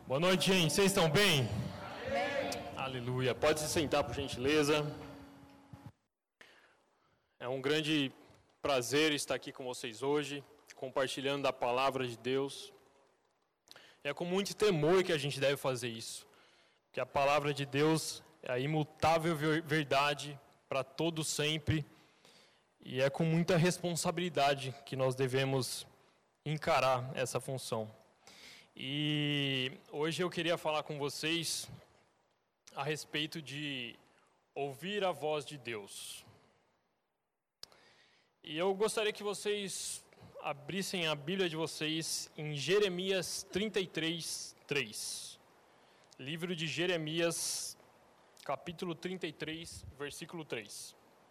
Boa noite, gente. Vocês estão bem? Aleluia. Pode se sentar, por gentileza. É um grande prazer estar aqui com vocês hoje, compartilhando da palavra de Deus. É com muito temor que a gente deve fazer isso, porque a palavra de Deus é a imutável verdade para todo sempre, e é com muita responsabilidade que nós devemos encarar essa função. E hoje eu queria falar com vocês a respeito de ouvir a voz de Deus. E eu gostaria que vocês abrissem a Bíblia de vocês em Jeremias 33:3. Livro de Jeremias, capítulo 33, versículo 3.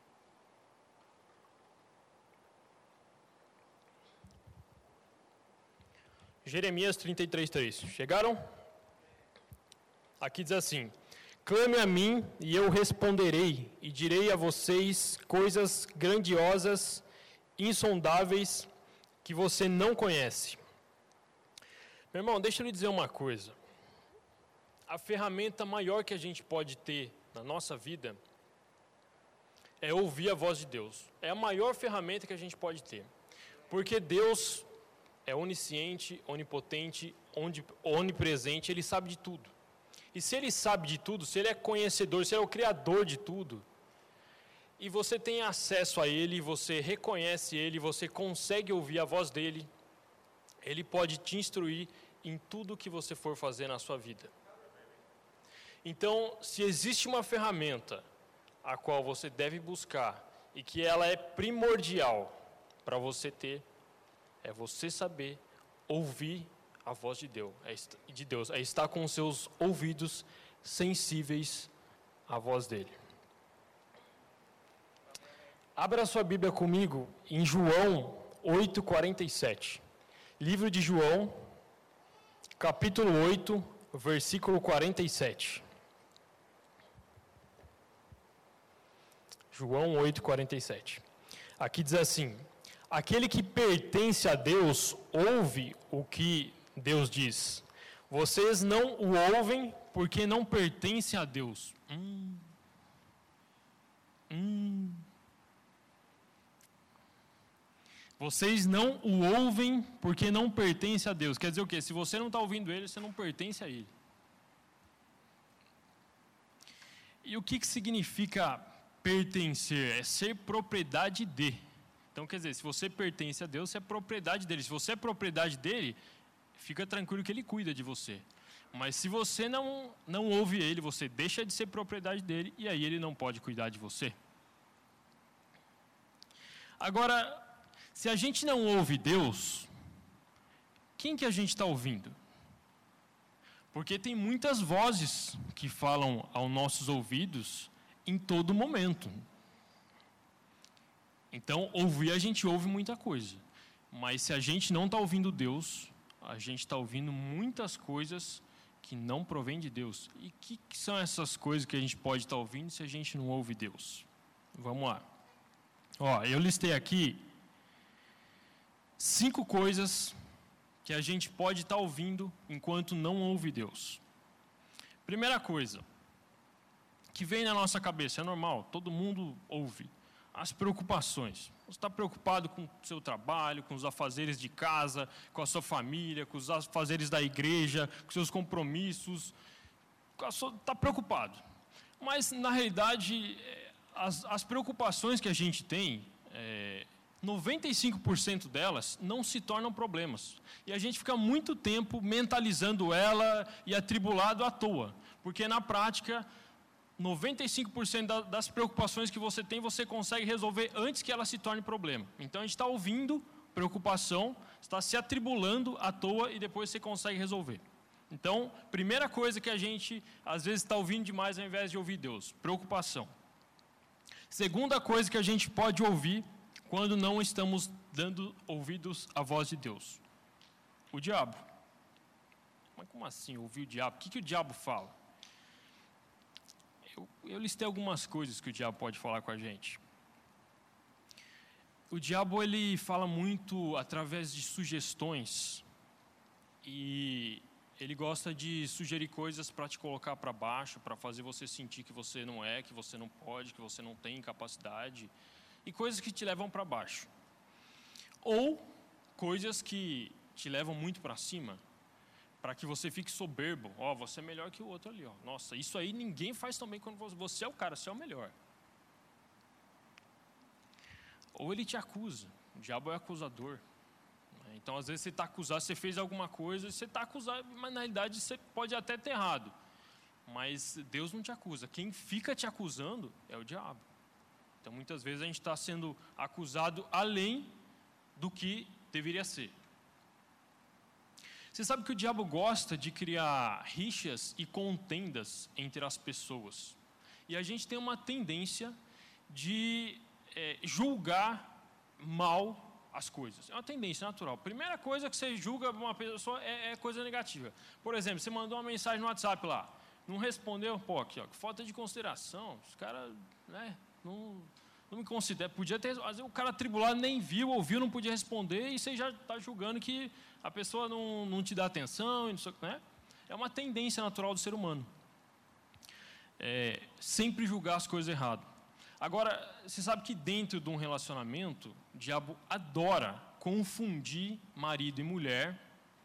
Jeremias 33:3. Chegaram? Aqui diz assim: clame a mim e eu responderei, e direi a vocês coisas grandiosas, insondáveis, que você não conhece. Meu irmão, deixa eu lhe dizer uma coisa. A ferramenta maior que a gente pode ter na nossa vida é ouvir a voz de Deus. É a maior ferramenta que a gente pode ter. Porque Deus é onisciente, onipotente, onipresente, Ele sabe de tudo. E se Ele sabe de tudo, se Ele é conhecedor, se Ele é o Criador de tudo, e você tem acesso a Ele, você reconhece Ele, você consegue ouvir a voz dEle, Ele pode te instruir em tudo que você for fazer na sua vida. Então, se existe uma ferramenta a qual você deve buscar e que ela é primordial para você ter, é você saber ouvir a voz de Deus, é estar com os seus ouvidos sensíveis à voz dele. Abra a sua Bíblia comigo em João 8:47. Livro de João, capítulo 8, versículo 47. João 8:47. Aqui diz assim: aquele que pertence a Deus ouve o que Deus diz. Vocês não o ouvem porque não pertencem a Deus. Vocês não o ouvem porque não pertencem a Deus. Quer dizer o quê? Se você não está ouvindo Ele, você não pertence a Ele. E o que significa pertencer? É ser propriedade de. Então, quer dizer, se você pertence a Deus, você é propriedade dele. Se você é propriedade dele, fica tranquilo que ele cuida de você. Mas se você não ouve ele, você deixa de ser propriedade dele, e aí ele não pode cuidar de você. Agora, se a gente não ouve Deus, quem que a gente está ouvindo? Porque tem muitas vozes que falam aos nossos ouvidos em todo momento. Então, ouvir, a gente ouve muita coisa. Mas se a gente não está ouvindo Deus, a gente está ouvindo muitas coisas que não provêm de Deus. E o que são essas coisas que a gente pode estar ouvindo se a gente não ouve Deus? Vamos lá. Eu listei aqui 5 coisas que a gente pode estar ouvindo enquanto não ouve Deus. Primeira coisa que vem na nossa cabeça, é normal, todo mundo ouve. As preocupações. Você está preocupado com o seu trabalho, com os afazeres de casa, com a sua família, com os afazeres da igreja, com seus compromissos. Está preocupado. Mas, na realidade, as preocupações que a gente tem, 95% delas não se tornam problemas. E a gente fica muito tempo mentalizando ela e atribulado à toa. Porque, na prática, 95% das preocupações que você tem, você consegue resolver antes que ela se torne problema. Então, a gente está ouvindo preocupação, está se atribulando à toa e depois você consegue resolver. Então, primeira coisa que a gente, às vezes, está ouvindo demais ao invés de ouvir Deus, preocupação. Segunda coisa que a gente pode ouvir quando não estamos dando ouvidos à voz de Deus, o diabo. Mas como assim, ouvir o diabo? O que o diabo fala? Eu listei algumas coisas que o diabo pode falar com a gente. O diabo, ele fala muito através de sugestões. E ele gosta de sugerir coisas para te colocar para baixo, para fazer você sentir que você não é, que você não pode, que você não tem capacidade, e coisas que te levam para baixo. Ou coisas que te levam muito para cima, para que você fique soberbo. Você é melhor que o outro ali. Nossa, isso aí ninguém faz tão bem quando você é o cara, você é o melhor. Ou ele te acusa. O diabo é acusador. Então, às vezes, você está acusado, você fez alguma coisa, você está acusado, mas na realidade você pode até ter errado. Mas Deus não te acusa. Quem fica te acusando é o diabo. Então, muitas vezes a gente está sendo acusado além do que deveria ser. Você sabe que o diabo gosta de criar rixas e contendas entre as pessoas. E a gente tem uma tendência de julgar mal as coisas. É uma tendência natural. Primeira coisa que você julga uma pessoa é coisa negativa. Por exemplo, você mandou uma mensagem no WhatsApp lá, não respondeu, aqui, que falta de consideração. Os caras, não me considera. Podia ter, às vezes o cara atribulado nem viu, ouviu, não podia responder, e você já está julgando que a pessoa não te dá atenção, né? É uma tendência natural do ser humano. Sempre julgar as coisas erradas. Agora, você sabe que dentro de um relacionamento, o diabo adora confundir marido e mulher,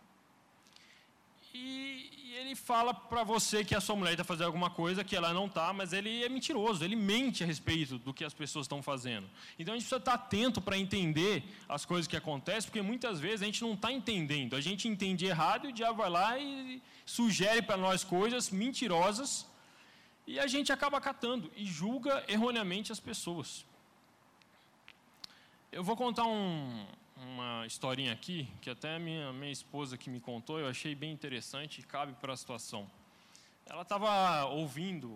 e ele fala para você que a sua mulher está fazendo alguma coisa que ela não está, mas ele é mentiroso, ele mente a respeito do que as pessoas estão fazendo. Então a gente precisa estar atento para entender as coisas que acontecem, porque muitas vezes a gente não está entendendo, a gente entende errado e o diabo vai lá e sugere para nós coisas mentirosas, e a gente acaba acatando e julga erroneamente as pessoas. Eu vou contar uma historinha aqui, que até a minha esposa que me contou, eu achei bem interessante e cabe para a situação. Ela estava ouvindo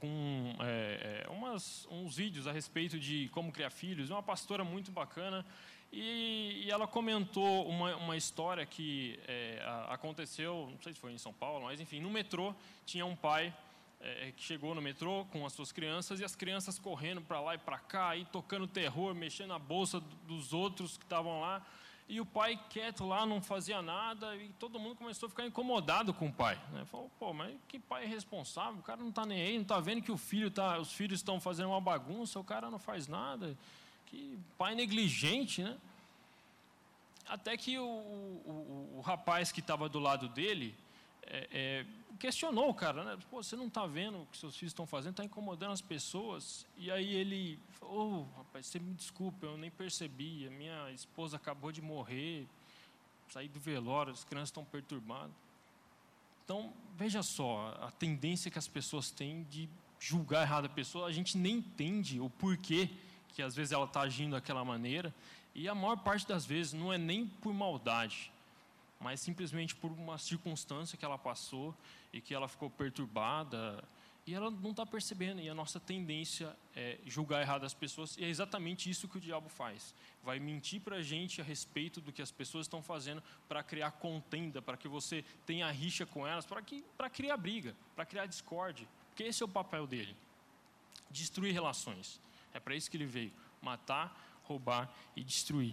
uns vídeos a respeito de como criar filhos, uma pastora muito bacana, e ela comentou uma história que aconteceu, não sei se foi em São Paulo, mas enfim, no metrô tinha um pai que chegou no metrô com as suas crianças, e as crianças correndo para lá e para cá, e tocando terror, mexendo na bolsa dos outros que estavam lá, e o pai quieto lá, não fazia nada, e todo mundo começou a ficar incomodado com o pai, né? Falou, mas que pai irresponsável, o cara não está nem aí, não está vendo que os filhos estão fazendo uma bagunça, o cara não faz nada, que pai negligente, né? Até que o rapaz que estava do lado dele questionou o cara, né? Você não está vendo o que seus filhos estão fazendo, está incomodando as pessoas. E aí ele falou, rapaz, você me desculpa, eu nem percebi, a minha esposa acabou de morrer, saí do velório, as crianças estão perturbadas. Então, veja só, a tendência que as pessoas têm de julgar errado a pessoa, a gente nem entende o porquê que às vezes ela está agindo daquela maneira, e a maior parte das vezes não é nem por maldade, mas simplesmente por uma circunstância que ela passou e que ela ficou perturbada e ela não está percebendo. E a nossa tendência é julgar errado as pessoas, e é exatamente isso que o diabo faz. Vai mentir para a gente a respeito do que as pessoas estão fazendo para criar contenda, para que você tenha rixa com elas, para criar briga, para criar discórdia, porque esse é o papel dele, destruir relações. É para isso que ele veio, matar, roubar e destruir.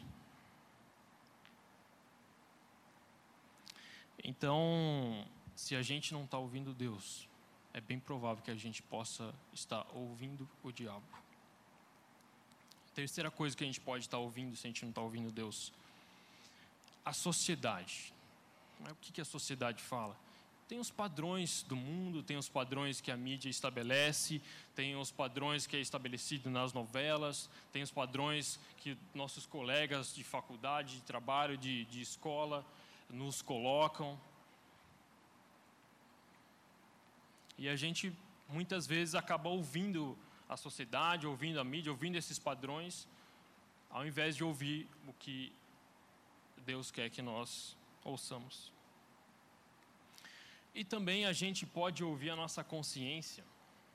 Então, se a gente não está ouvindo Deus, é bem provável que a gente possa estar ouvindo o diabo. Terceira coisa que a gente pode estar ouvindo se a gente não está ouvindo Deus: a sociedade. O que a sociedade fala? Tem os padrões do mundo, tem os padrões que a mídia estabelece, tem os padrões que é estabelecido nas novelas, tem os padrões que nossos colegas de faculdade, de trabalho, de escola nos colocam. E a gente muitas vezes acaba ouvindo a sociedade, ouvindo a mídia, ouvindo esses padrões, ao invés de ouvir o que Deus quer que nós ouçamos. E também a gente pode ouvir a nossa consciência.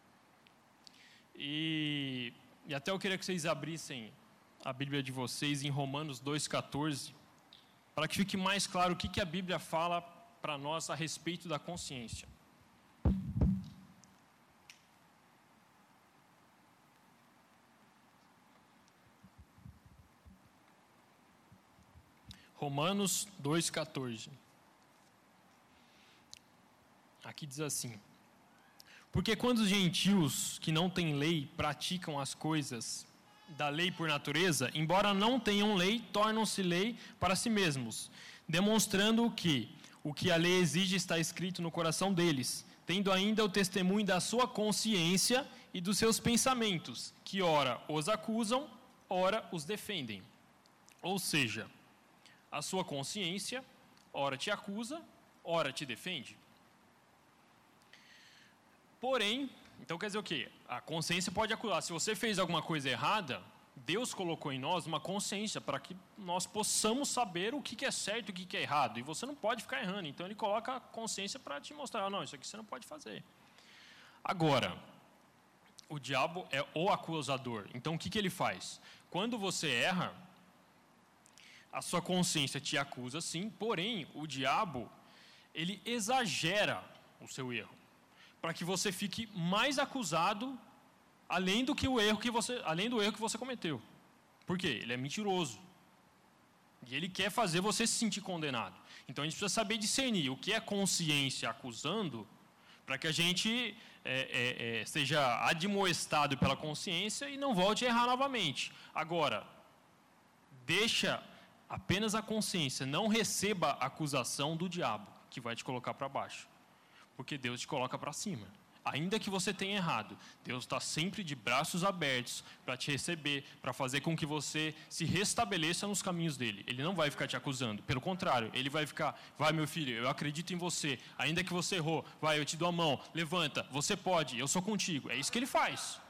E até eu queria que vocês abrissem a Bíblia de vocês em Romanos 2,14, para que fique mais claro o que a Bíblia fala para nós a respeito da consciência. Romanos 2,14. Aqui diz assim: porque quando os gentios que não têm lei praticam as coisas da lei por natureza, embora não tenham lei, tornam-se lei para si mesmos, demonstrando que o que a lei exige está escrito no coração deles, tendo ainda o testemunho da sua consciência e dos seus pensamentos, que ora os acusam, ora os defendem. Ou seja, a sua consciência ora te acusa, ora te defende. Porém, então quer dizer o quê? A consciência pode acusar. Se você fez alguma coisa errada, Deus colocou em nós uma consciência para que nós possamos saber o que é certo e o que é errado. E você não pode ficar errando. Então Ele coloca a consciência para te mostrar, não, isso aqui você não pode fazer. Agora, o diabo é o acusador. Então o que ele faz? Quando você erra, a sua consciência te acusa sim, porém o diabo, ele exagera o seu erro, para que você fique mais acusado, além do erro que você cometeu. Por quê? Ele é mentiroso. E ele quer fazer você se sentir condenado. Então a gente precisa saber discernir o que é consciência acusando, para que a gente seja admoestado pela consciência e não volte a errar novamente. Agora, deixa apenas a consciência, não receba a acusação do diabo, que vai te colocar para baixo. Porque Deus te coloca para cima. Ainda que você tenha errado, Deus está sempre de braços abertos para te receber, para fazer com que você se restabeleça nos caminhos dele. Ele não vai ficar te acusando, pelo contrário, ele vai ficar, vai meu filho, eu acredito em você, ainda que você errou, vai, eu te dou a mão, levanta, você pode, eu sou contigo. É isso que ele faz.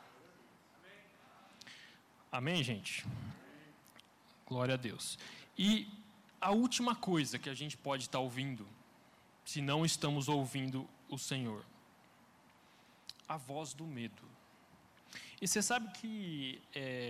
Amém, gente? Glória a Deus. E a última coisa que a gente pode estar ouvindo, se não estamos ouvindo o Senhor, a voz do medo. E você sabe que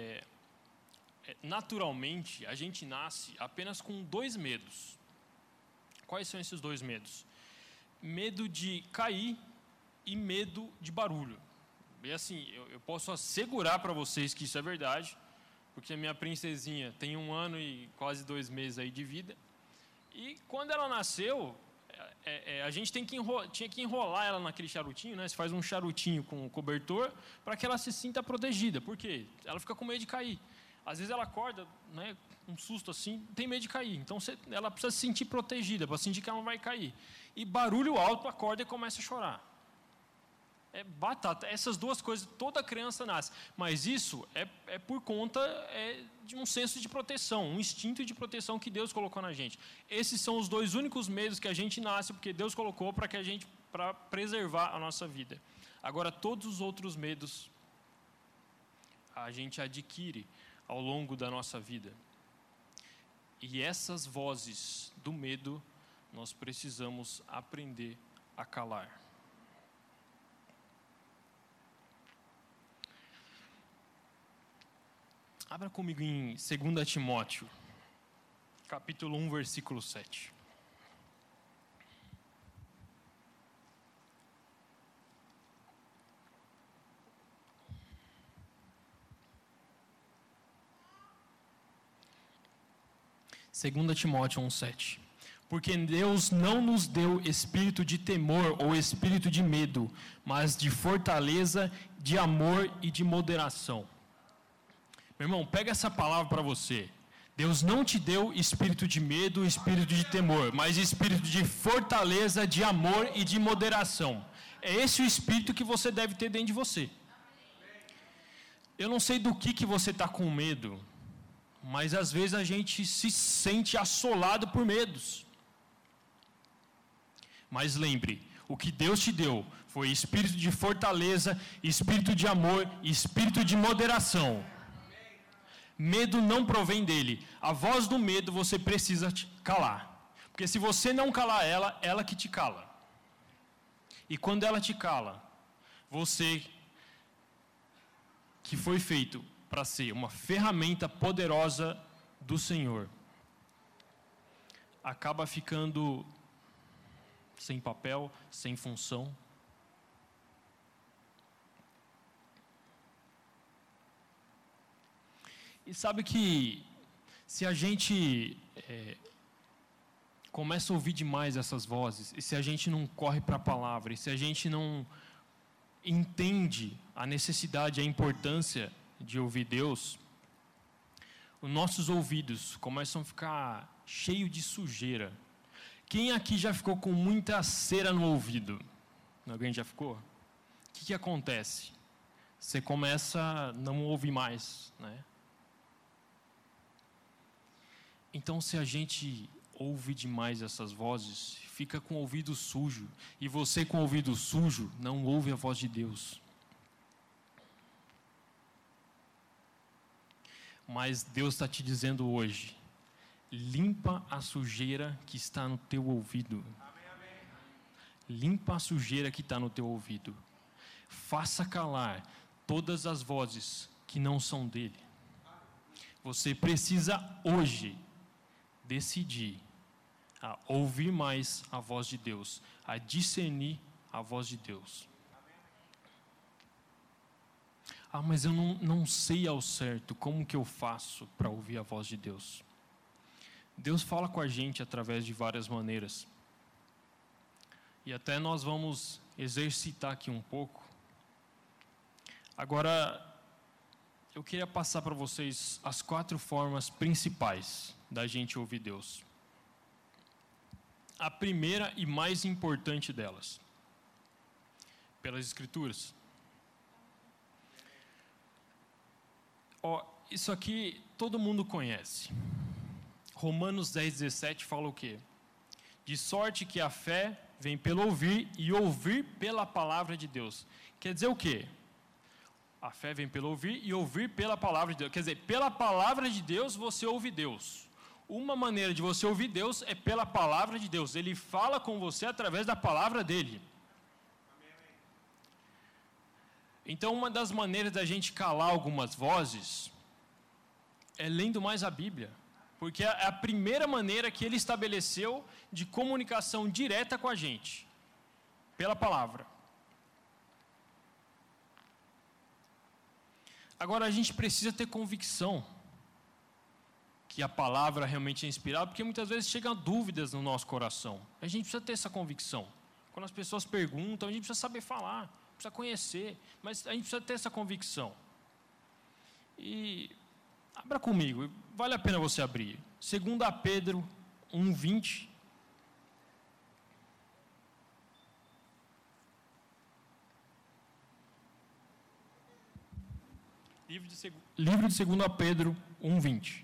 naturalmente a gente nasce apenas com 2 medos. Quais são esses 2 medos? Medo de cair e medo de barulho. E assim, eu posso assegurar para vocês que isso é verdade, porque a minha princesinha tem 1 ano e quase 2 meses aí de vida, e quando ela nasceu, a gente tinha que enrolar ela naquele charutinho, né? Você faz um charutinho com o cobertor para que ela se sinta protegida. Por quê? Ela fica com medo de cair. Às vezes ela acorda, né, um susto assim, tem medo de cair. Então ela precisa se sentir protegida, para sentir que ela não vai cair. E barulho alto, acorda e começa a chorar. É batata. Essas 2 coisas, toda criança nasce. Mas isso é por conta de um senso de proteção, um instinto de proteção que Deus colocou na gente. Esses são os 2 únicos medos que a gente nasce, porque Deus colocou para preservar a nossa vida. Agora, todos os outros medos a gente adquire ao longo da nossa vida. E essas vozes do medo, nós precisamos aprender a calar. Abra comigo em 2 Timóteo, capítulo 1, versículo 7. Segunda Timóteo 1:7. Porque Deus não nos deu espírito de temor ou espírito de medo, mas de fortaleza, de amor e de moderação. Meu irmão, pega essa palavra para você. Deus não te deu espírito de medo, espírito de temor, mas espírito de fortaleza, de amor e de moderação. É esse o espírito que você deve ter dentro de você. Eu não sei do que você está com medo, mas às vezes a gente se sente assolado por medos. Mas lembre, o que Deus te deu foi espírito de fortaleza, espírito de amor e espírito de moderação. Medo não provém dele. A voz do medo você precisa calar. Porque se você não calar ela que te cala. E quando ela te cala, você que foi feito para ser uma ferramenta poderosa do Senhor, acaba ficando sem papel, sem função. E sabe que se a gente começa a ouvir demais essas vozes, e se a gente não corre para a palavra, e se a gente não entende a necessidade, a importância de ouvir Deus, os nossos ouvidos começam a ficar cheios de sujeira. Quem aqui já ficou com muita cera no ouvido? Alguém já ficou? O que acontece? Você começa a não ouvir mais, né? Então, se a gente ouve demais essas vozes, fica com o ouvido sujo, e você com o ouvido sujo não ouve a voz de Deus. Mas Deus está te dizendo hoje, limpa a sujeira que está no teu ouvido. Limpa a sujeira que está no teu ouvido. Faça calar todas as vozes que não são dele. Você precisa hoje decidir a ouvir mais a voz de Deus, a discernir a voz de Deus. Mas eu não sei ao certo como que eu faço para ouvir a voz de Deus. Deus fala com a gente através de várias maneiras. E até nós vamos exercitar aqui um pouco. Agora, eu queria passar para vocês as 4 formas principais da gente ouvir Deus. A primeira e mais importante delas, pelas Escrituras. Isso aqui todo mundo conhece. Romanos 10:17 fala o quê? De sorte que a fé vem pelo ouvir e ouvir pela palavra de Deus. Quer dizer o quê? A fé vem pelo ouvir e ouvir pela palavra de Deus. Quer dizer, pela palavra de Deus você ouve Deus. Uma maneira de você ouvir Deus é pela palavra de Deus. Ele fala com você através da palavra dele. Então, uma das maneiras da gente calar algumas vozes é lendo mais a Bíblia. Porque é a primeira maneira que ele estabeleceu de comunicação direta com a gente. Pela palavra. Agora, a gente precisa ter convicção que a palavra realmente é inspirada, porque muitas vezes chegam dúvidas no nosso coração. A gente precisa ter essa convicção. Quando as pessoas perguntam, a gente precisa saber falar, precisa conhecer, mas a gente precisa ter essa convicção. E abra comigo, vale a pena você abrir. 2 Pedro 1:20. Livro de 2 Pedro 1:20.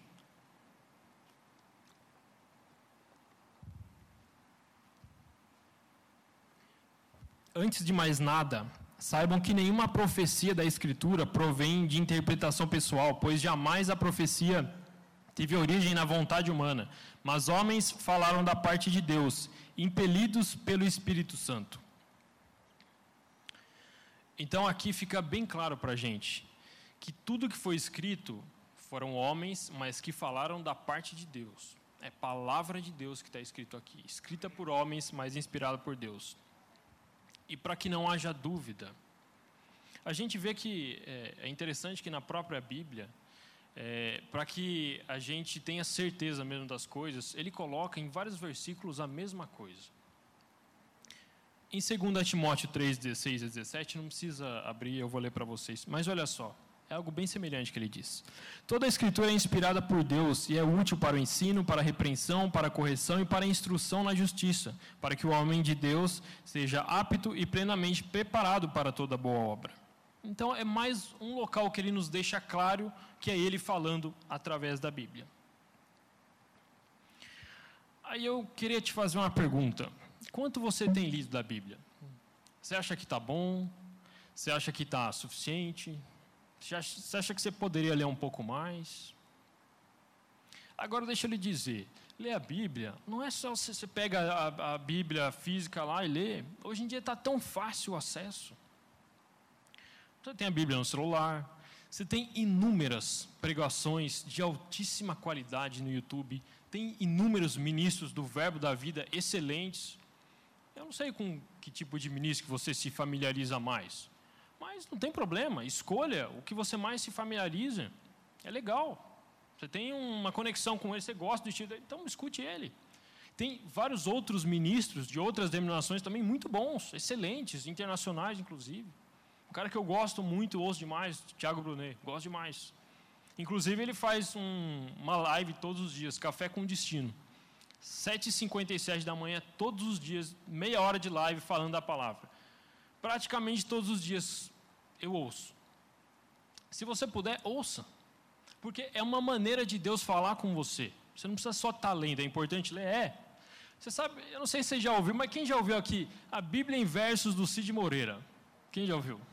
Antes de mais nada, saibam que nenhuma profecia da Escritura provém de interpretação pessoal, pois jamais a profecia teve origem na vontade humana, mas homens falaram da parte de Deus, impelidos pelo Espírito Santo. Então aqui fica bem claro para a gente que tudo que foi escrito foram homens, mas que falaram da parte de Deus. É palavra de Deus que está escrito aqui, escrita por homens, mas inspirada por Deus. E para que não haja dúvida, a gente vê que é interessante que na própria Bíblia, para que a gente tenha certeza mesmo das coisas, ele coloca em vários versículos a mesma coisa. Em 2 Timóteo 3:16 a 17, não precisa abrir, eu vou ler para vocês, mas olha só. É algo bem semelhante que ele diz. Toda a Escritura é inspirada por Deus e é útil para o ensino, para a repreensão, para a correção e para a instrução na justiça, para que o homem de Deus seja apto e plenamente preparado para toda boa obra. Então, é mais um local que ele nos deixa claro que é ele falando através da Bíblia. Aí eu queria te fazer uma pergunta. Quanto você tem lido da Bíblia? Você acha que está bom? Você acha que está suficiente? Você acha que você poderia ler um pouco mais? Agora deixa eu lhe dizer, ler a Bíblia, não é só você pega a Bíblia física lá e lê. Hoje em dia está tão fácil o acesso. Você tem a Bíblia no celular, você tem inúmeras pregações de altíssima qualidade no YouTube, tem inúmeros ministros do Verbo da Vida excelentes. Eu não sei com que tipo de ministro que você se familiariza mais. Mas não tem problema, escolha o que você mais se familiariza. É legal. Você tem uma conexão com ele, você gosta do estilo dele, então escute ele. Tem vários outros ministros de outras denominações também muito bons, excelentes, internacionais inclusive. Um cara que eu gosto muito, ouço demais, Thiago Brunet, gosto demais. Inclusive ele faz uma live todos os dias, Café com Destino. 7h57 da manhã, todos os dias, meia hora de live falando da palavra. Praticamente todos os dias eu ouço. Se você puder, ouça. Porque é uma maneira de Deus falar com você. Você não precisa só estar lendo, é importante ler? Você sabe, eu não sei se você já ouviu, mas quem já ouviu aqui a Bíblia em versos do Cid Moreira? Quem já ouviu?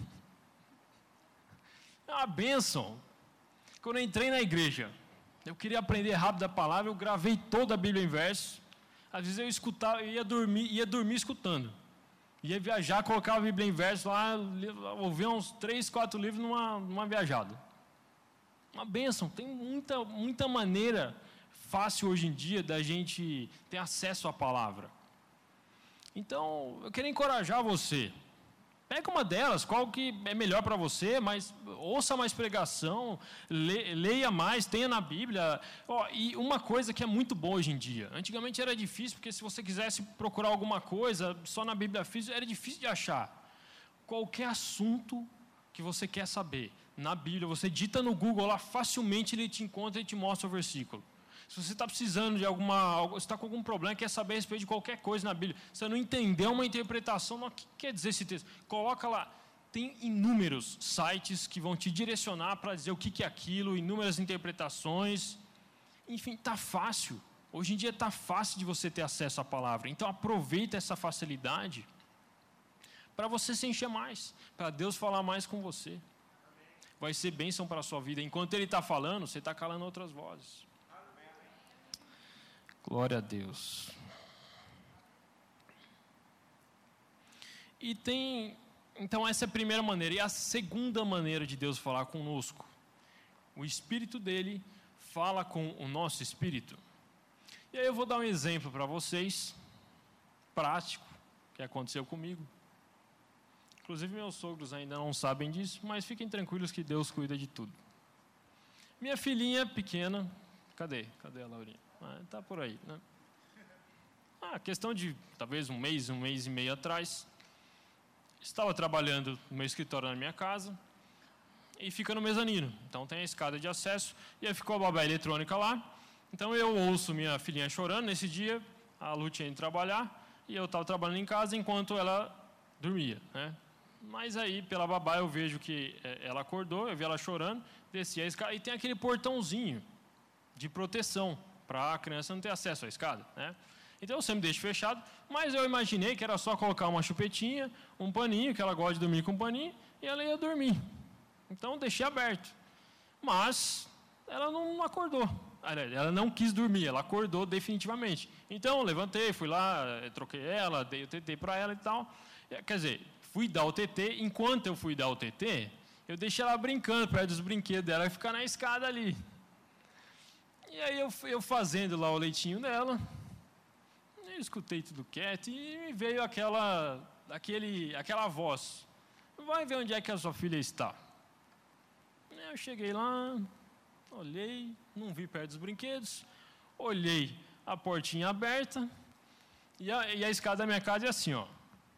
É uma bênção. Quando eu entrei na igreja, eu queria aprender rápido a palavra, eu gravei toda a Bíblia em versos. Às vezes eu escutava, eu ia dormir escutando. Ia viajar, colocava a Bíblia em versos lá, ouvia uns 3, 4 livros numa viajada. Uma bênção, tem muita maneira fácil hoje em dia da gente ter acesso à palavra. Então, eu queria encorajar você. Pega uma delas, qual que é melhor para você, mas ouça mais pregação, leia mais, tenha na Bíblia. E uma coisa que é muito boa hoje em dia. Antigamente era difícil, porque se você quisesse procurar alguma coisa só na Bíblia física, era difícil de achar. Qualquer assunto que você quer saber, na Bíblia, você digita no Google lá, facilmente ele te encontra e te mostra o versículo. Se você está precisando de você está com algum problema, quer saber a respeito de qualquer coisa na Bíblia, você não entendeu uma interpretação, o que quer dizer esse texto? Coloca lá, tem inúmeros sites que vão te direcionar para dizer o que é aquilo, inúmeras interpretações, enfim, está fácil. Hoje em dia está fácil de você ter acesso à palavra, então aproveita essa facilidade para você se encher mais, para Deus falar mais com você. Vai ser bênção para a sua vida. Enquanto Ele está falando, você está calando outras vozes. Glória a Deus. Então essa é a primeira maneira. E a segunda maneira de Deus falar conosco. O Espírito dele fala com o nosso Espírito. E aí eu vou dar um exemplo para vocês, prático, que aconteceu comigo. Inclusive meus sogros ainda não sabem disso, mas fiquem tranquilos que Deus cuida de tudo. Minha filhinha pequena, cadê a Laurinha? Está por aí, né? Questão de talvez um mês e meio atrás, estava trabalhando no meu escritório na minha casa e fica no mezanino. Então tem a escada de acesso e aí ficou a babá eletrônica lá. Então eu ouço minha filhinha chorando. Nesse dia, a Lu tinha ido trabalhar e eu estava trabalhando em casa enquanto ela dormia, né? Mas aí, pela babá, eu vejo que ela acordou, eu vi ela chorando, desci a escada e tem aquele portãozinho de proteção para a criança não ter acesso à escada, né? Então eu sempre deixo fechado, mas eu imaginei que era só colocar uma chupetinha, um paninho, que ela gosta de dormir com um paninho, e ela ia dormir. Então deixei aberto. Mas ela não acordou. Ela não quis dormir, ela acordou definitivamente. Então levantei, fui lá, troquei ela, dei o TT para ela e tal. Quer dizer, fui dar o TT, enquanto eu fui dar o TT, eu deixei ela brincando perto dos brinquedos dela e ficar na escada ali. E aí eu fazendo lá o leitinho dela, eu escutei tudo quieto e me veio aquela voz. Vai ver onde é que a sua filha está. Eu cheguei lá, olhei, não vi perto dos brinquedos, olhei a portinha aberta e a escada da minha casa é assim, ó.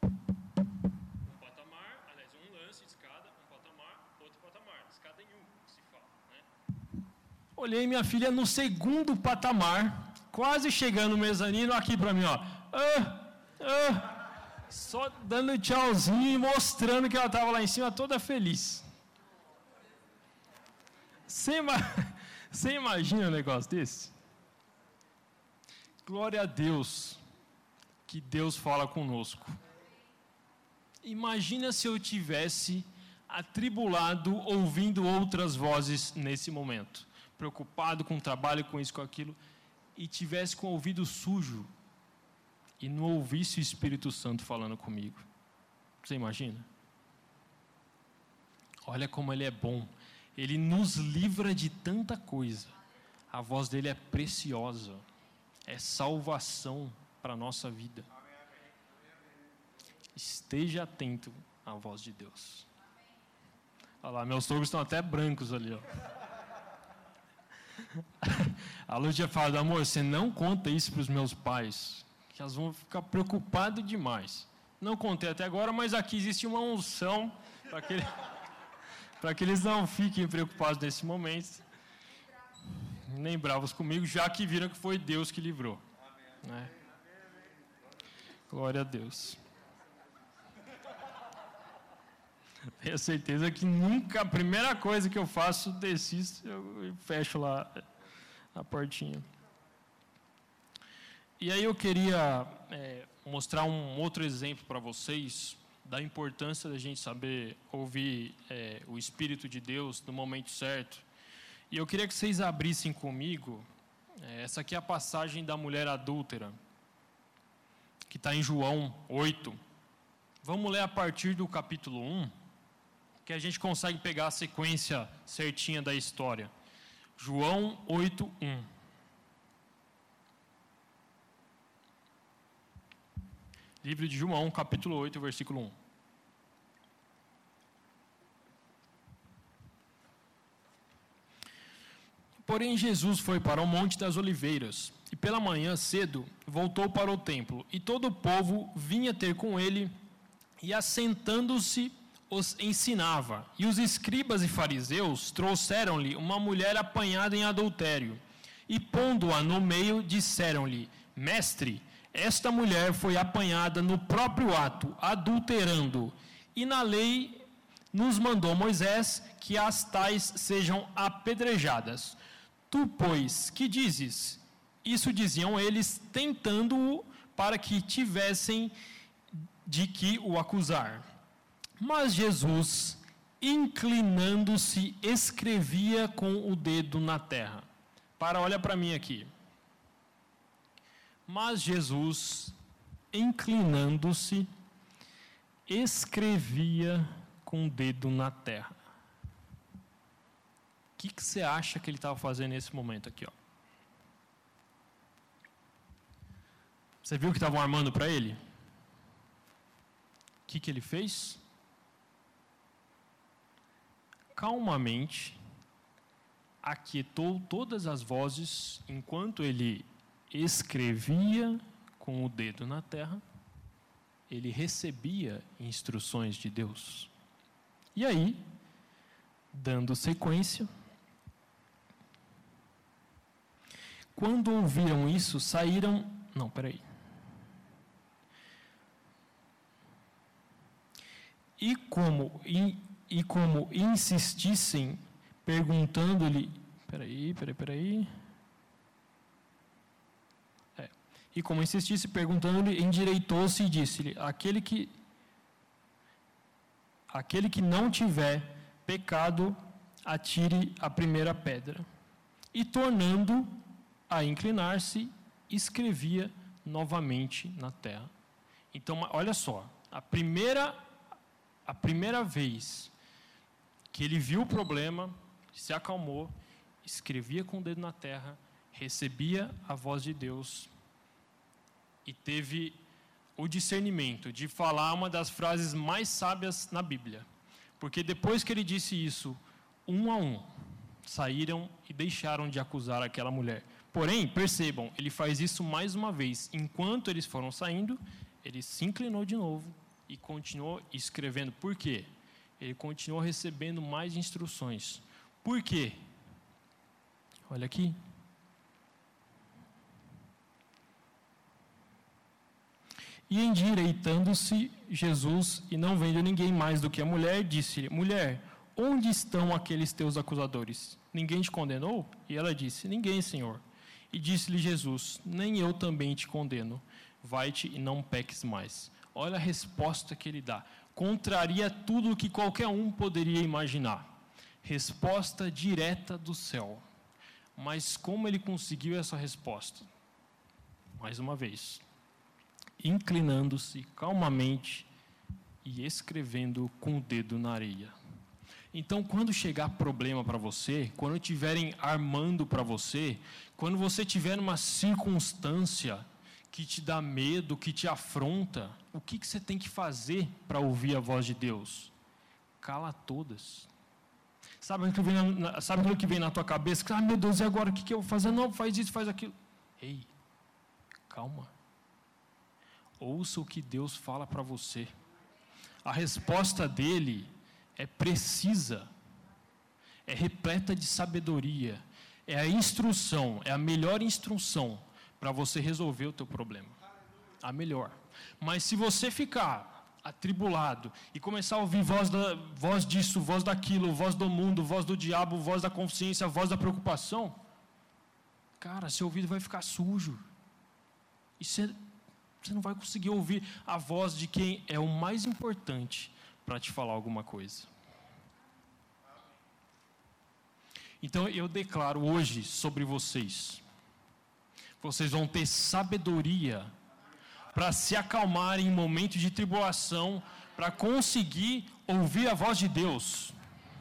Um patamar, aliás, um lance de escada, um patamar, outro patamar. Escada em U, que se fala, né? Olhei minha filha no segundo patamar, quase chegando no mezanino, aqui para mim, ó. Só dando tchauzinho e mostrando que ela estava lá em cima toda feliz. Você imagina um negócio desse? Glória a Deus, que Deus fala conosco. Imagina se eu tivesse atribulado ouvindo outras vozes nesse momento, preocupado com o trabalho, com isso, com aquilo, e tivesse com o ouvido sujo e não ouvisse o Espírito Santo falando comigo. Você imagina? Olha como Ele é bom. Ele nos livra de tanta coisa. A voz dele é preciosa. É salvação para a nossa vida. Esteja atento à voz de Deus. Olha lá, meus sogros estão até brancos ali, ó. A Lu tinha falado, amor, você não conta isso para os meus pais, que elas vão ficar preocupadas demais. Não contei até agora, mas aqui existe uma unção para que eles não fiquem preocupados nesse momento. Nem bravos comigo, já que viram que foi Deus que livrou. Né? Glória a Deus. Tenho certeza que nunca, a primeira coisa que eu faço, desisto, eu fecho lá a portinha. E aí eu queria mostrar um outro exemplo para vocês da importância da gente saber ouvir o Espírito de Deus no momento certo. E eu queria que vocês abrissem comigo, essa aqui é a passagem da mulher adúltera, que está em João 8. Vamos ler a partir do capítulo 1, que a gente consegue pegar a sequência certinha da história. João 8, 1. Livro de João, capítulo 8, versículo 1. Porém, Jesus foi para o Monte das Oliveiras, e pela manhã cedo voltou para o templo, e todo o povo vinha ter com ele, e assentando-se os ensinava. E os escribas e fariseus trouxeram-lhe uma mulher apanhada em adultério, e pondo-a no meio, disseram-lhe, Mestre, esta mulher foi apanhada no próprio ato, adulterando, e na lei nos mandou Moisés que as tais sejam apedrejadas. Tu, pois, que dizes? Isso diziam eles, tentando-o para que tivessem de que o acusar. Mas Jesus, inclinando-se, escrevia com o dedo na terra. Olha para mim aqui. Mas Jesus, inclinando-se, escrevia com o dedo na terra. O que você acha que ele estava fazendo nesse momento aqui? Ó? Você viu que estavam armando para ele? O que ele fez? Calmamente, aquietou todas as vozes enquanto ele escrevia com o dedo na terra, ele recebia instruções de Deus. E aí, dando sequência, quando ouviram isso, saíram... Não, peraí. E como insistissem, perguntando-lhe... Peraí. E como insistisse, perguntando-lhe, endireitou-se e disse-lhe, aquele que não tiver pecado, atire a primeira pedra. E tornando a inclinar-se, escrevia novamente na terra. Então, olha só, a primeira vez que ele viu o problema, se acalmou, escrevia com o dedo na terra, recebia a voz de Deus e teve o discernimento de falar uma das frases mais sábias na Bíblia. Porque depois que ele disse isso, um a um, saíram e deixaram de acusar aquela mulher. Porém, percebam, ele faz isso mais uma vez. Enquanto eles foram saindo, ele se inclinou de novo e continuou escrevendo. Por quê? Ele continuou recebendo mais instruções. Por quê? Olha aqui. E endireitando-se Jesus, e não vendo ninguém mais do que a mulher, disse-lhe, mulher, onde estão aqueles teus acusadores? Ninguém te condenou? E ela disse, ninguém, Senhor. E disse-lhe Jesus, nem eu também te condeno. Vai-te e não peques mais. Olha a resposta que ele dá. Contraria tudo o que qualquer um poderia imaginar. Resposta direta do céu. Mas como ele conseguiu essa resposta? Mais uma vez. Inclinando-se calmamente e escrevendo com o dedo na areia. Então, quando chegar problema para você, quando estiverem armando para você, quando você estiver numa circunstância que te dá medo, que te afronta, o que você tem que fazer para ouvir a voz de Deus? Cala todas. Sabe aquilo que vem na tua cabeça? Ah, meu Deus, e agora? O que eu vou fazer? Não, faz isso, faz aquilo. Ei, calma. Ouça o que Deus fala para você. A resposta dele é precisa, é repleta de sabedoria, é a instrução, é a melhor instrução para você resolver o teu problema. A melhor. Mas se você ficar atribulado e começar a ouvir voz disso, voz daquilo, voz do mundo, voz do diabo, voz da consciência, voz da preocupação, cara, seu ouvido vai ficar sujo. E você não vai conseguir ouvir a voz de quem é o mais importante para te falar alguma coisa. Então eu declaro hoje sobre vocês. Vocês vão ter sabedoria para se acalmarem em momentos de tribulação, para conseguir ouvir a voz de Deus.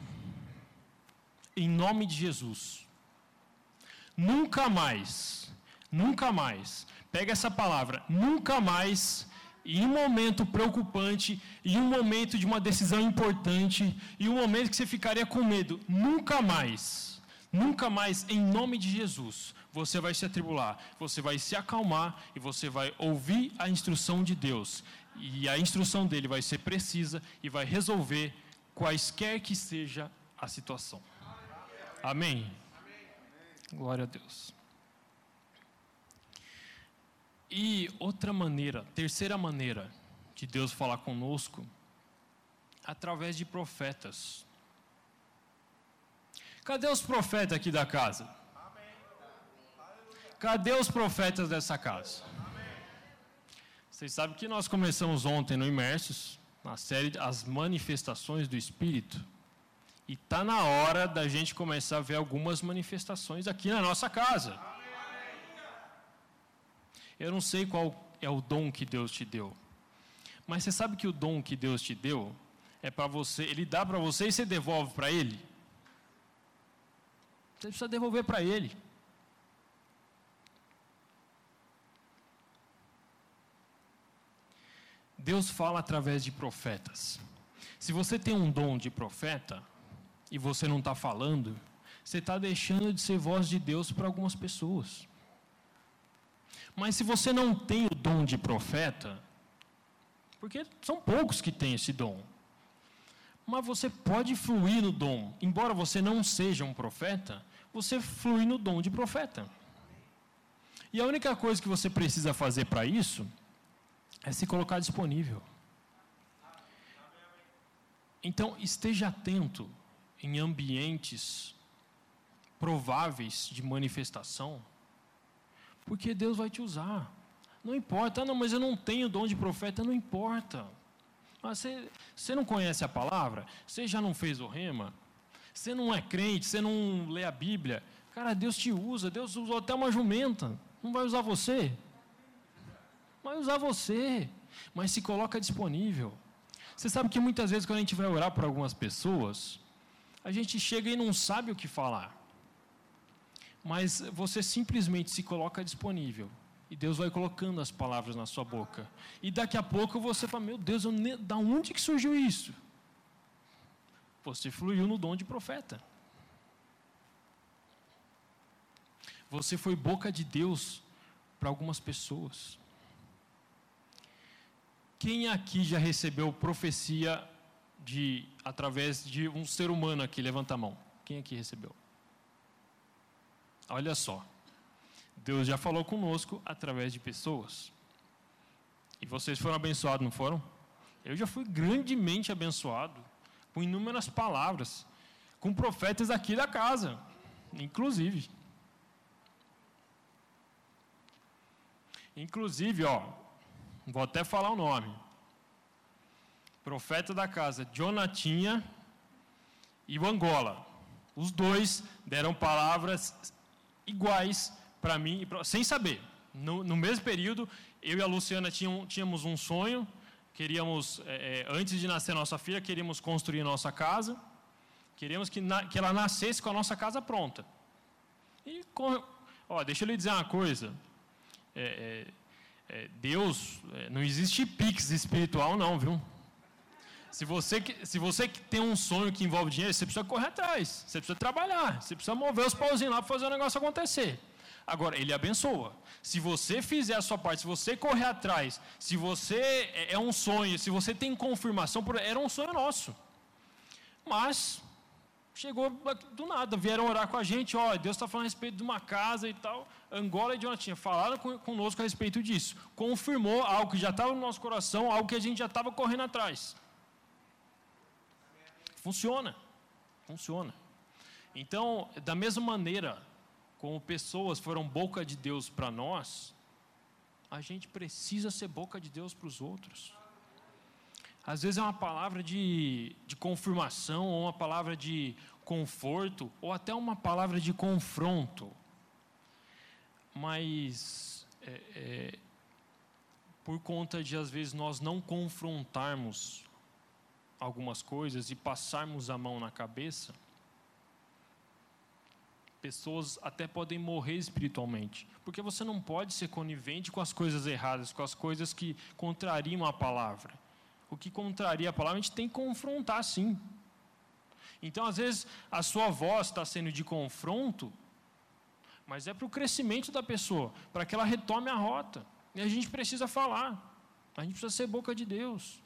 Em nome de Jesus. Nunca mais, pega essa palavra, nunca mais, em um momento preocupante, em um momento de uma decisão importante, em um momento que você ficaria com medo, nunca mais, em nome de Jesus, você vai se atribular, você vai se acalmar e você vai ouvir a instrução de Deus. E a instrução dele vai ser precisa e vai resolver quaisquer que seja a situação. Amém? Glória a Deus. E outra maneira, terceira maneira de Deus falar conosco, através de profetas. Cadê os profetas aqui da casa? Cadê os profetas dessa casa? Vocês sabem que nós começamos ontem no Imersos, na série As Manifestações do Espírito. E está na hora da gente começar a ver algumas manifestações aqui na nossa casa. Eu não sei qual é o dom que Deus te deu. Mas você sabe que o dom que Deus te deu é para você, Ele dá para você e você devolve para Ele? Você precisa devolver para Ele. Deus fala através de profetas. Se você tem um dom de profeta e você não está falando, você está deixando de ser voz de Deus para algumas pessoas. Mas se você não tem o dom de profeta, porque são poucos que têm esse dom, mas você pode fluir no dom. Embora você não seja um profeta, você flui no dom de profeta. E a única coisa que você precisa fazer para isso é se colocar disponível. Então, esteja atento em ambientes prováveis de manifestação, porque Deus vai te usar. Não importa, não, mas eu não tenho dom de profeta, não importa. Mas você não conhece a palavra? Você já não fez o rema? Você não é crente, você não lê a Bíblia? Cara, Deus te usa, Deus usou até uma jumenta, não vai usar você? Vai usar você, mas se coloca disponível. Você sabe que muitas vezes quando a gente vai orar por algumas pessoas, a gente chega e não sabe o que falar. Mas você simplesmente se coloca disponível. E Deus vai colocando as palavras na sua boca. E daqui a pouco você fala, meu Deus, da onde que surgiu isso? Você fluiu no dom de profeta. Você foi boca de Deus para algumas pessoas. Quem aqui já recebeu profecia através de um ser humano aqui? Levanta a mão. Quem aqui recebeu? Olha só. Deus já falou conosco através de pessoas. E vocês foram abençoados, não foram? Eu já fui grandemente abençoado com inúmeras palavras, com profetas aqui da casa, inclusive. Inclusive, vou até falar o nome. Profeta da casa, Jonatinha e o Angola. Os dois deram palavras iguais para mim, sem saber. No mesmo período, eu e a Luciana tínhamos um sonho. Queríamos, antes de nascer nossa filha, queríamos construir nossa casa. Queríamos que ela nascesse com a nossa casa pronta. E, deixa eu lhe dizer uma coisa. Deus, não existe pix espiritual não, viu? Se você que tem um sonho que envolve dinheiro, você precisa correr atrás, você precisa trabalhar, você precisa mover os pauzinhos lá para fazer o negócio acontecer. Agora, ele abençoa. Se você fizer a sua parte, se você correr atrás, se você é um sonho, se você tem confirmação, era um sonho nosso. Mas chegou do nada, vieram orar com a gente, Deus está falando a respeito de uma casa e tal. Angola e Jonathan falaram conosco a respeito disso. Confirmou algo que já estava no nosso coração, algo que a gente já estava correndo atrás. Funciona. Então, da mesma maneira como pessoas foram boca de Deus para nós, a gente precisa ser boca de Deus para os outros. Às vezes é uma palavra de confirmação, ou uma palavra de conforto, ou até uma palavra de confronto. Mas, por conta de, às vezes, nós não confrontarmos algumas coisas e passarmos a mão na cabeça, pessoas até podem morrer espiritualmente, porque você não pode ser conivente com as coisas erradas, com as coisas que contrariam a palavra. O que contraria a palavra, a gente tem que confrontar, sim. Então, às vezes, a sua voz está sendo de confronto, mas é para o crescimento da pessoa, para que ela retome a rota. E a gente precisa falar, a gente precisa ser boca de Deus.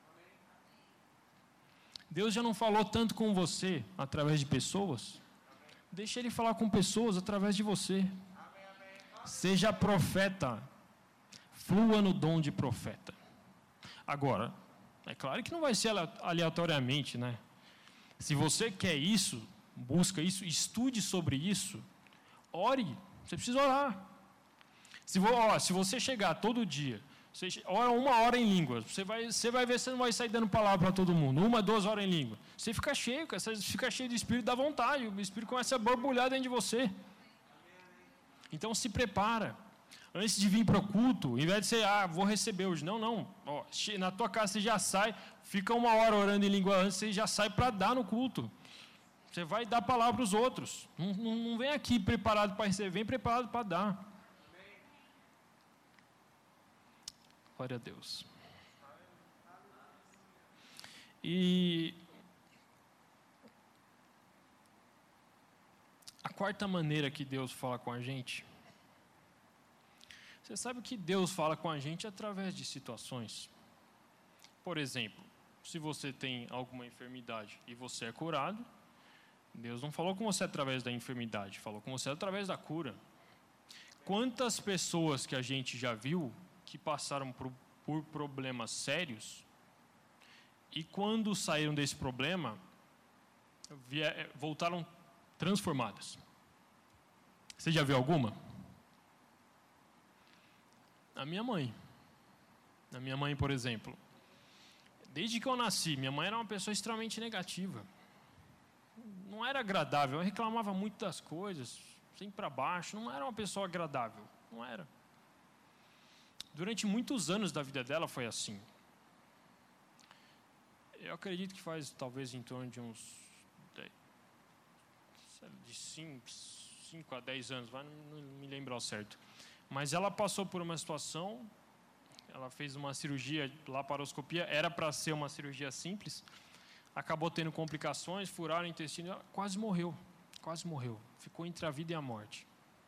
Deus já não falou tanto com você através de pessoas? Deixa Ele falar com pessoas através de você. Seja profeta. Flua no dom de profeta. Agora, é claro que não vai ser aleatoriamente, né? Se você quer isso, busca isso, estude sobre isso, ore. Você precisa orar. Se você chegar todo dia, você ora 1 hora em língua, você vai ver se você não vai sair dando palavra para todo mundo. 1, 2 horas em língua. Você fica cheio, você fica cheio de Espírito, dá vontade, o Espírito começa a borbulhar dentro de você. Então se prepara. Antes de vir para o culto, ao invés de você, vou receber hoje. Não. Na tua casa você já sai, fica 1 hora orando em língua antes, você já sai para dar no culto. Você vai dar palavra para os outros. Não vem aqui preparado para receber, vem preparado para dar. Glória a Deus. E a quarta maneira que Deus fala com a gente, você sabe que Deus fala com a gente através de situações. Por exemplo, se você tem alguma enfermidade e você é curado, Deus não falou com você através da enfermidade, falou com você através da cura. Quantas pessoas que a gente já viu que passaram por problemas sérios e quando saíram desse problema, voltaram transformadas. Você já viu alguma? A minha mãe, por exemplo, desde que eu nasci, minha mãe era uma pessoa extremamente negativa. Não era agradável, ela reclamava muito das coisas, sempre para baixo, não era uma pessoa agradável, não era. Durante muitos anos da vida dela foi assim. Eu acredito que faz talvez em torno de uns 5 a 10 anos, não me lembro ao certo. Mas ela passou por uma situação, ela fez uma cirurgia, laparoscopia, era para ser uma cirurgia simples, acabou tendo complicações, furaram o intestino, ela quase morreu, ficou entre a vida e a morte.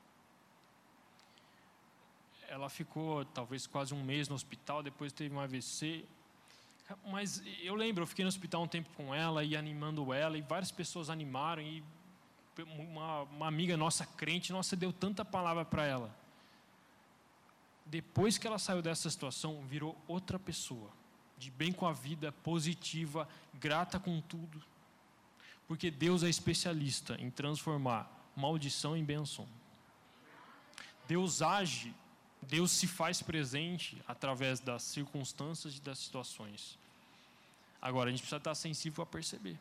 Ela ficou talvez quase 1 mês no hospital, depois teve um AVC. Mas eu lembro, eu fiquei no hospital um tempo com ela e animando ela, e várias pessoas animaram, e uma amiga nossa crente, deu tanta palavra para ela. Depois que ela saiu dessa situação, virou outra pessoa, de bem com a vida, positiva, grata com tudo. Porque Deus é especialista em transformar maldição em bênção. Deus age, Deus se faz presente através das circunstâncias e das situações. Agora, a gente precisa estar sensível a perceber.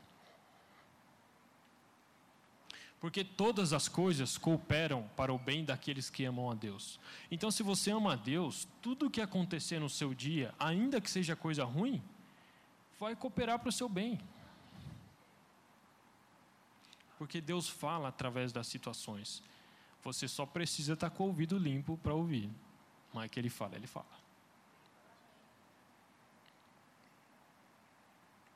Porque todas as coisas cooperam para o bem daqueles que amam a Deus. Então, se você ama a Deus, tudo o que acontecer no seu dia, ainda que seja coisa ruim, vai cooperar para o seu bem. Porque Deus fala através das situações. Você só precisa estar com o ouvido limpo para ouvir. Mas que Ele fala, Ele fala.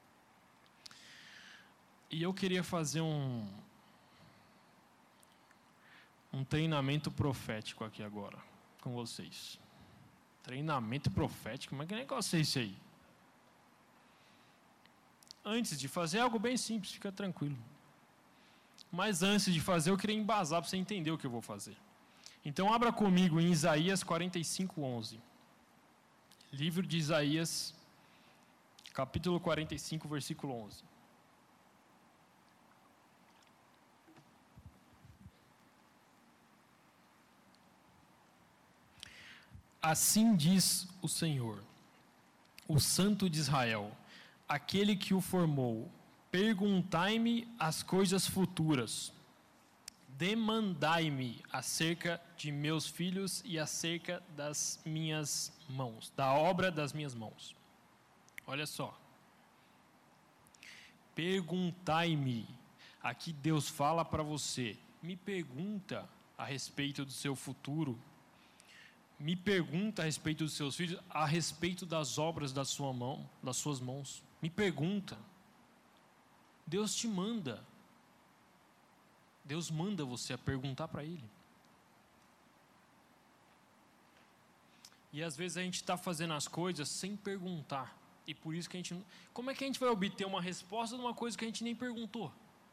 E eu queria fazer um treinamento profético aqui agora, com vocês. Treinamento profético? Mas que negócio é isso aí? Antes de fazer, é algo bem simples, fica tranquilo. Mas antes de fazer, eu queria embasar para você entender o que eu vou fazer. Então, abra comigo em Isaías 45:11. Livro de Isaías, capítulo 45, versículo 11. Assim diz o Senhor, o Santo de Israel, aquele que o formou: perguntai-me as coisas futuras, demandai-me acerca de meus filhos e acerca das minhas mãos, da obra das minhas mãos. Olha só. Perguntai-me. Aqui Deus fala para você, me pergunta a respeito do seu futuro, me pergunta a respeito dos seus filhos, a respeito das obras da sua mão, das suas mãos. Me pergunta. Deus te manda. Deus manda você a perguntar para Ele. E às vezes a gente está fazendo as coisas sem perguntar. E por isso que a gente... Como é que a gente vai obter uma resposta de uma coisa que a gente nem perguntou?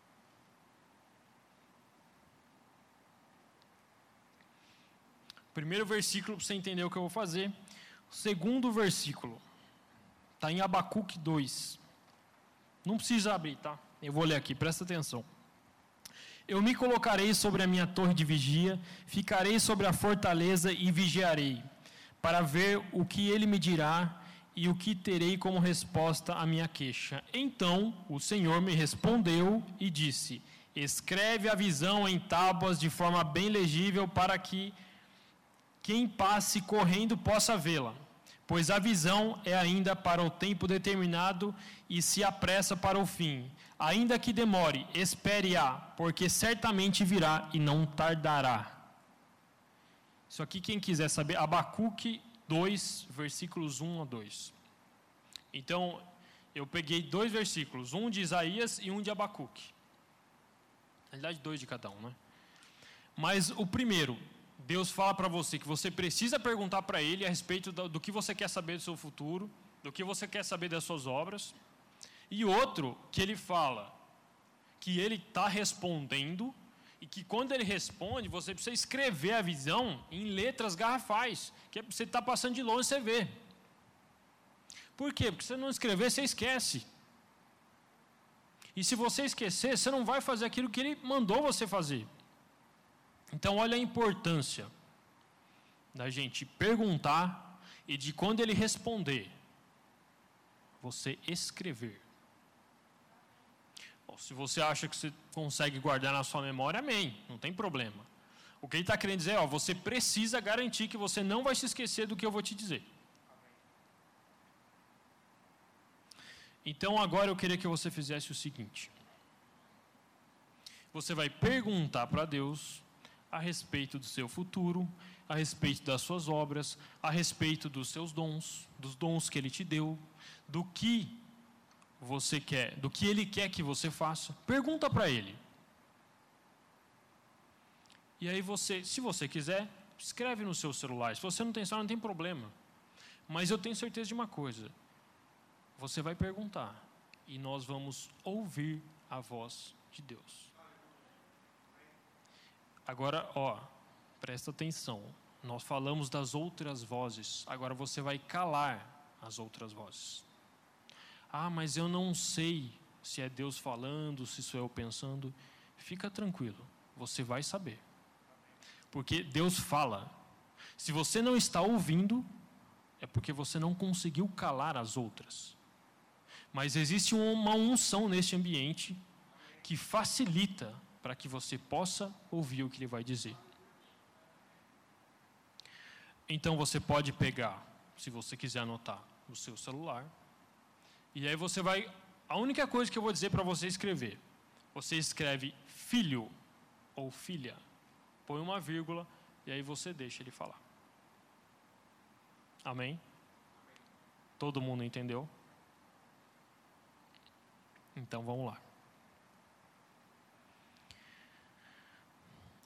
Primeiro versículo para você entender o que eu vou fazer. O segundo versículo está em Abacuque 2. Não precisa abrir, tá? Eu vou ler aqui, presta atenção. Eu me colocarei sobre a minha torre de vigia, ficarei sobre a fortaleza e vigiarei, para ver o que ele me dirá e o que terei como resposta à minha queixa. Então o Senhor me respondeu e disse: escreve a visão em tábuas de forma bem legível, para que quem passe correndo possa vê-la, pois a visão é ainda para o tempo determinado e se apressa para o fim. Ainda que demore, espere-a, porque certamente virá e não tardará. Isso aqui, quem quiser saber, Abacuque 2, versículos 1 a 2. Então, eu peguei 2 versículos, um de Isaías e um de Abacuque. Na realidade, 2 de cada um, né? Mas o primeiro, Deus fala para você que você precisa perguntar para Ele a respeito do que você quer saber do seu futuro, do que você quer saber das suas obras. E outro, que Ele fala que Ele está respondendo, e que quando Ele responde, você precisa escrever a visão em letras garrafais, que você está passando de longe, você vê. Por quê? Porque se você não escrever, você esquece. E se você esquecer, você não vai fazer aquilo que Ele mandou você fazer. Então, olha a importância da gente perguntar e de quando Ele responder, você escrever. Bom, se você acha que você consegue guardar na sua memória, amém, não tem problema. O que Ele está querendo dizer é, você precisa garantir que você não vai se esquecer do que eu vou te dizer. Então, agora eu queria que você fizesse o seguinte. Você vai perguntar para Deus a respeito do seu futuro, a respeito das suas obras, a respeito dos seus dons, dos dons que Ele te deu, do que você quer, do que Ele quer que você faça. Pergunta para Ele. E aí você, se você quiser, escreve no seu celular. Se você não tem celular, não tem problema. Mas eu tenho certeza de uma coisa. Você vai perguntar e nós vamos ouvir a voz de Deus. Agora, presta atenção. Nós falamos das outras vozes. Agora você vai calar as outras vozes. Ah, mas eu não sei se é Deus falando, se sou eu pensando. Fica tranquilo, você vai saber. Porque Deus fala. Se você não está ouvindo, é porque você não conseguiu calar as outras. Mas existe uma unção neste ambiente que facilita para que você possa ouvir o que Ele vai dizer. Então você pode pegar, se você quiser anotar, o seu celular. E aí você vai... A única coisa que eu vou dizer para você escrever, você escreve filho ou filha, põe uma vírgula e aí você deixa ele falar. Amém? Todo mundo entendeu? Então vamos lá.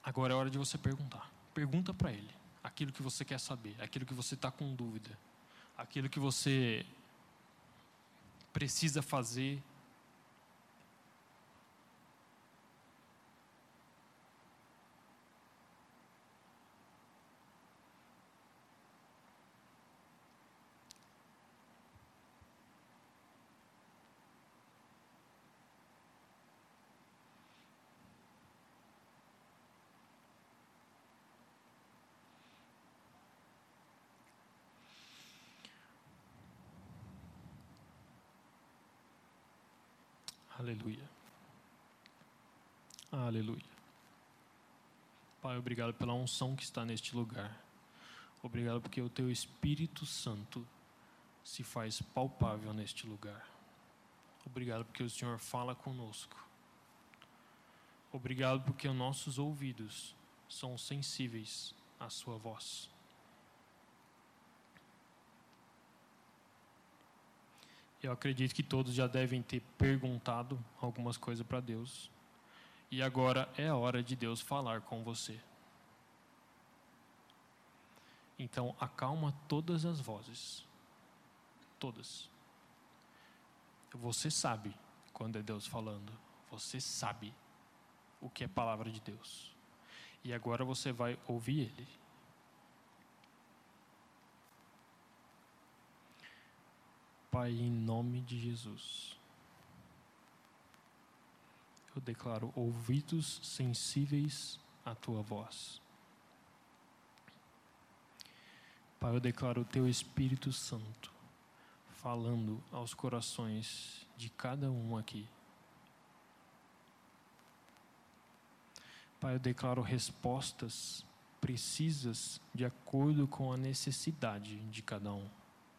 Agora é hora de você perguntar. Pergunta para Ele aquilo que você quer saber, aquilo que você está com dúvida, aquilo que você precisa fazer. Aleluia. Aleluia. Pai, obrigado pela unção que está neste lugar. Obrigado porque o Teu Espírito Santo se faz palpável neste lugar. Obrigado porque o Senhor fala conosco. Obrigado porque os nossos ouvidos são sensíveis à Sua voz. Eu acredito que todos já devem ter perguntado algumas coisas para Deus. E agora é a hora de Deus falar com você. Então, acalma todas as vozes. Todas. Você sabe quando é Deus falando. Você sabe o que é palavra de Deus. E agora você vai ouvir Ele. Pai, em nome de Jesus, eu declaro ouvidos sensíveis à Tua voz. Pai, eu declaro o Teu Espírito Santo falando aos corações de cada um aqui. Pai, eu declaro respostas precisas de acordo com a necessidade de cada um.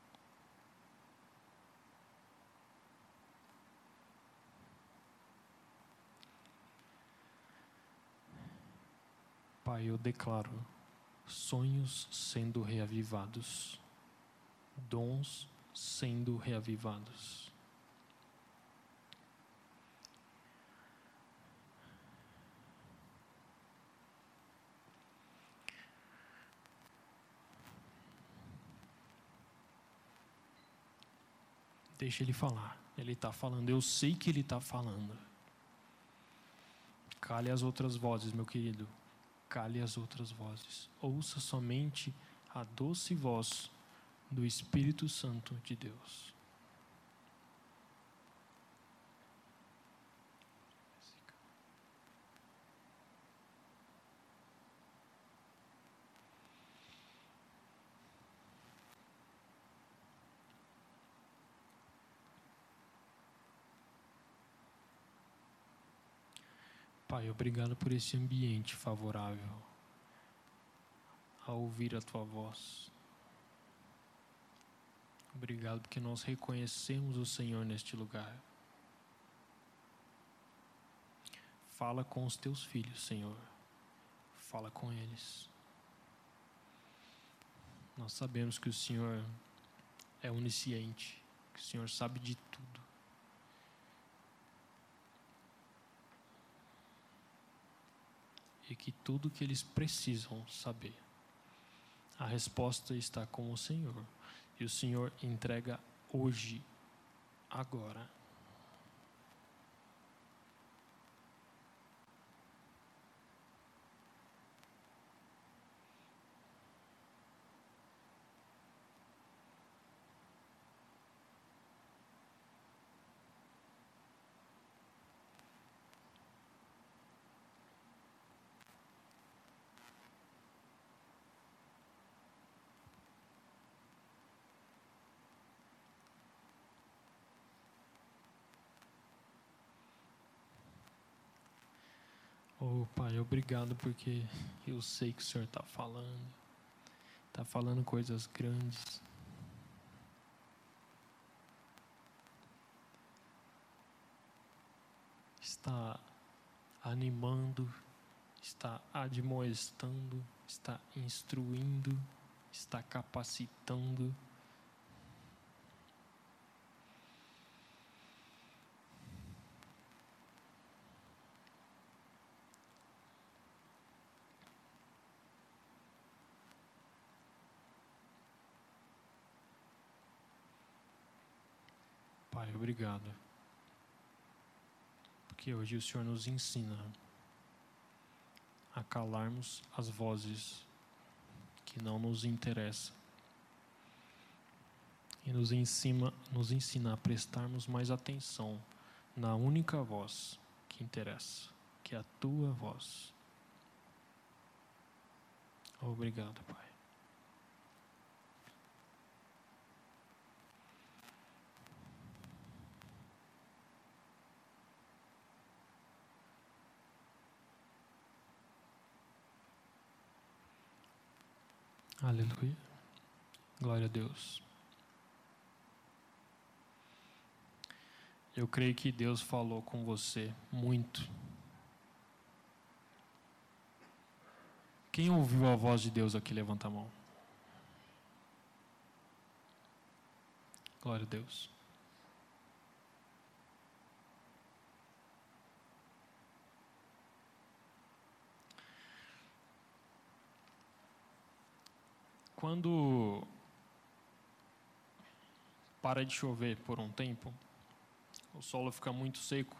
Pai, eu declaro sonhos sendo reavivados, dons sendo reavivados. Deixa Ele falar. Ele está falando. Eu sei que Ele está falando. Cale as outras vozes, meu querido. Cale as outras vozes. Ouça somente a doce voz do Espírito Santo de Deus. Pai, obrigado por esse ambiente favorável a ouvir a Tua voz. Obrigado porque nós reconhecemos o Senhor neste lugar. Fala com os Teus filhos, Senhor. Fala com eles. Nós sabemos que o Senhor é onisciente, que o Senhor sabe de tudo. E que tudo que eles precisam saber, a resposta está com o Senhor. E o Senhor entrega hoje, agora. Oh, Pai, obrigado porque eu sei que o Senhor está falando coisas grandes. Está animando, está admoestando, está instruindo, está capacitando. obrigado. Porque hoje o Senhor nos ensina a calarmos as vozes que não nos interessam. E nos ensina a prestarmos mais atenção na única voz que interessa, que é a tua voz. Obrigado, Pai. Aleluia. Glória a Deus. Eu creio que Deus falou com você muito. Quem ouviu a voz de Deus aqui, levanta a mão. Glória a Deus. Quando para de chover por um tempo, o solo fica muito seco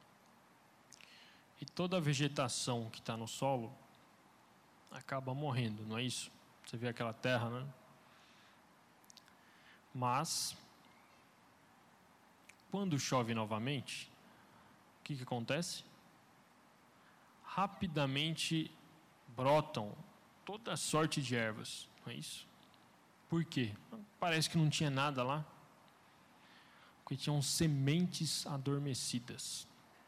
e toda a vegetação que está no solo acaba morrendo, não é isso? Você vê aquela terra, né? Mas quando chove novamente, o que acontece? Rapidamente brotam toda sorte de ervas, não é isso? Por quê? Parece que não tinha nada lá. Porque tinham sementes adormecidas.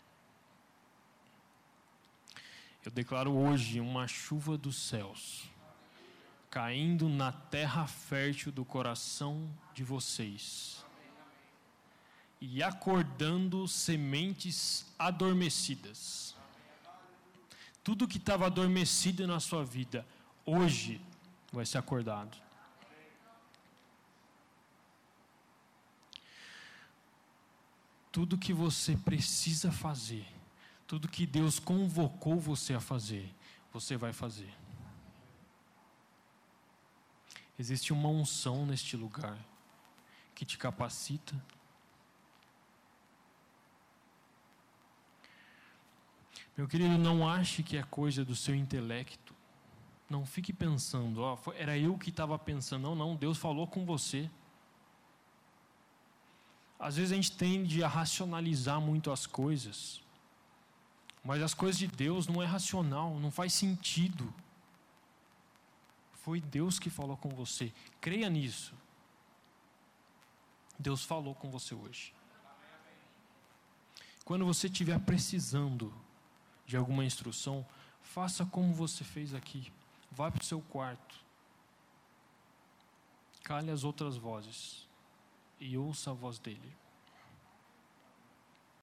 Eu declaro hoje uma chuva dos céus, caindo na terra fértil do coração de vocês. E acordando sementes adormecidas. Tudo que estava adormecido na sua vida, hoje vai ser acordado. Tudo que você precisa fazer, tudo que Deus convocou você a fazer, você vai fazer. Existe uma unção neste lugar que te capacita. Meu querido, não ache que é coisa do seu intelecto. Não fique pensando, era eu que estava pensando. Não, Deus falou com você. Às vezes a gente tende a racionalizar muito as coisas, mas as coisas de Deus não é racional, não faz sentido. Foi Deus que falou com você. Creia nisso. Deus falou com você hoje. Quando você estiver precisando de alguma instrução, faça como você fez aqui. Vá para o seu quarto. Cale as outras vozes e ouça a voz dele.